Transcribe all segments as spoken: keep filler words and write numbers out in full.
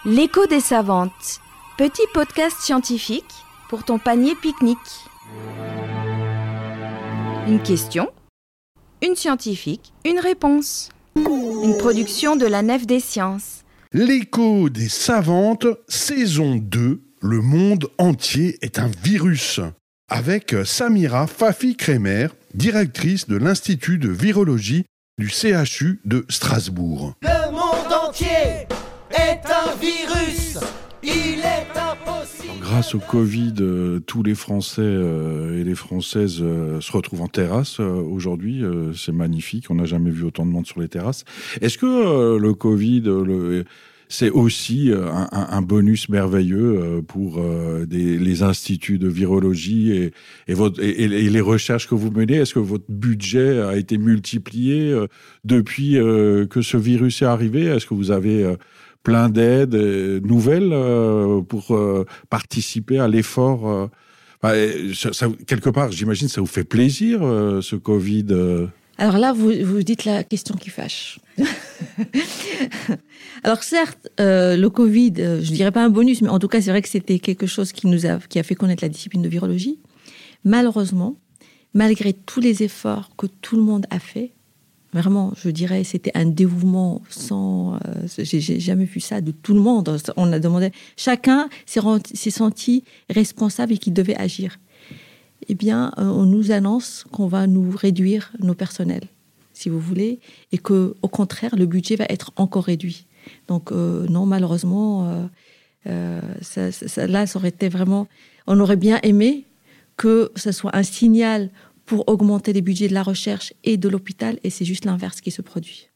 L'écho des savantes, petit podcast scientifique pour ton panier pique-nique. Une question, une scientifique, une réponse. Une production de la Nef des Sciences. L'écho des savantes, saison deux, le monde entier est un virus. Avec Samira Fafi-Kremer, directrice de l'Institut de virologie du C H U de Strasbourg. Le monde entier est un virus. Il est impossible. Grâce au Covid, euh, tous les Français euh, et les Françaises euh, se retrouvent en terrasse euh, aujourd'hui. Euh, c'est magnifique. On n'a jamais vu autant de monde sur les terrasses. Est-ce que euh, le Covid, euh, le, c'est aussi euh, un, un bonus merveilleux euh, pour euh, des, les instituts de virologie et, et, votre, et, et les recherches que vous menez? Est-ce que votre budget a été multiplié euh, depuis euh, que ce virus est arrivé? Est-ce que vous avez euh, plein d'aides euh, nouvelles euh, pour euh, participer à l'effort euh, bah, ça, ça, quelque part, j'imagine, ça vous fait plaisir, euh, ce Covid euh... Alors là, vous, vous dites la question qui fâche. Alors certes, euh, le Covid, euh, je ne dirais pas un bonus, mais en tout cas, c'est vrai que c'était quelque chose qui nous a, qui a fait connaître la discipline de virologie. Malheureusement, malgré tous les efforts que tout le monde a fait, vraiment, je dirais, c'était un dévouement sans... Euh, j'ai, j'ai jamais vu ça de tout le monde. On a demandé... Chacun s'est, renti, s'est senti responsable et qu'il devait agir. Eh bien, euh, on nous annonce qu'on va nous réduire nos personnels, si vous voulez, et qu'au contraire, le budget va être encore réduit. Donc, euh, non, malheureusement, euh, euh, ça, ça, là, ça aurait été vraiment... On aurait bien aimé que ce soit un signal pour augmenter les budgets de la recherche et de l'hôpital, et c'est juste l'inverse qui se produit.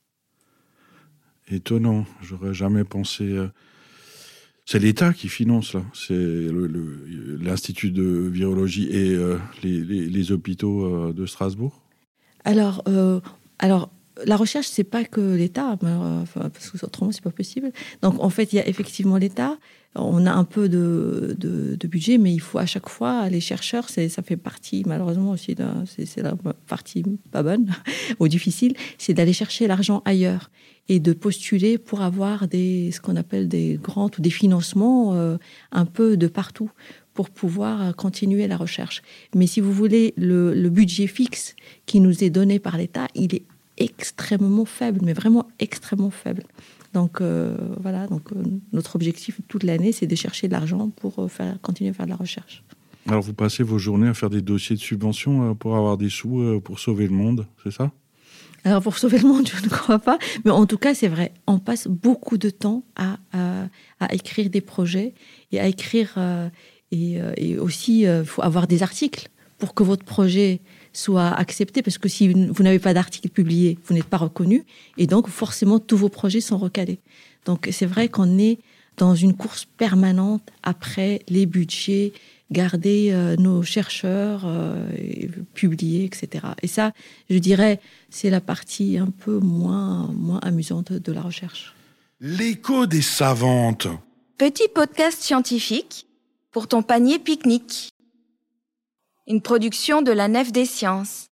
Étonnant, j'aurais jamais pensé... Euh... C'est l'État qui finance, là. C'est le, le, l'Institut de virologie et euh, les, les, les hôpitaux euh, de Strasbourg. Alors, euh, alors, la recherche, c'est pas que l'État, euh, parce que autrement, c'est pas possible. Donc, en fait, il y a effectivement l'État. On a un peu de, de, de budget, mais il faut à chaque fois, les chercheurs, c'est, ça fait partie, malheureusement aussi, de, c'est, c'est la partie pas bonne ou difficile, c'est d'aller chercher l'argent ailleurs et de postuler pour avoir des, ce qu'on appelle des grants ou des financements euh, un peu de partout pour pouvoir continuer la recherche. Mais si vous voulez, le, le budget fixe qui nous est donné par l'État, il est extrêmement faible, mais vraiment extrêmement faible. Donc euh, voilà, donc, euh, notre objectif toute l'année, c'est de chercher de l'argent pour euh, faire, continuer à faire de la recherche. Alors vous passez vos journées à faire des dossiers de subvention euh, pour avoir des sous euh, pour sauver le monde, c'est ça? Alors pour sauver le monde, je ne crois pas, mais en tout cas c'est vrai, on passe beaucoup de temps à, à, à écrire des projets et à écrire, euh, et, euh, et aussi il euh, faut avoir des articles pour que votre projet soit accepté, parce que si vous n'avez pas d'article publié, vous n'êtes pas reconnu, et donc forcément tous vos projets sont recalés. Donc c'est vrai qu'on est dans une course permanente après les budgets, garder euh, nos chercheurs, euh, publier, et cetera. Et ça, je dirais, c'est la partie un peu moins, moins amusante de la recherche. L'écho des savantes. Petit podcast scientifique pour ton panier pique-nique. Une production de la Nef des Sciences.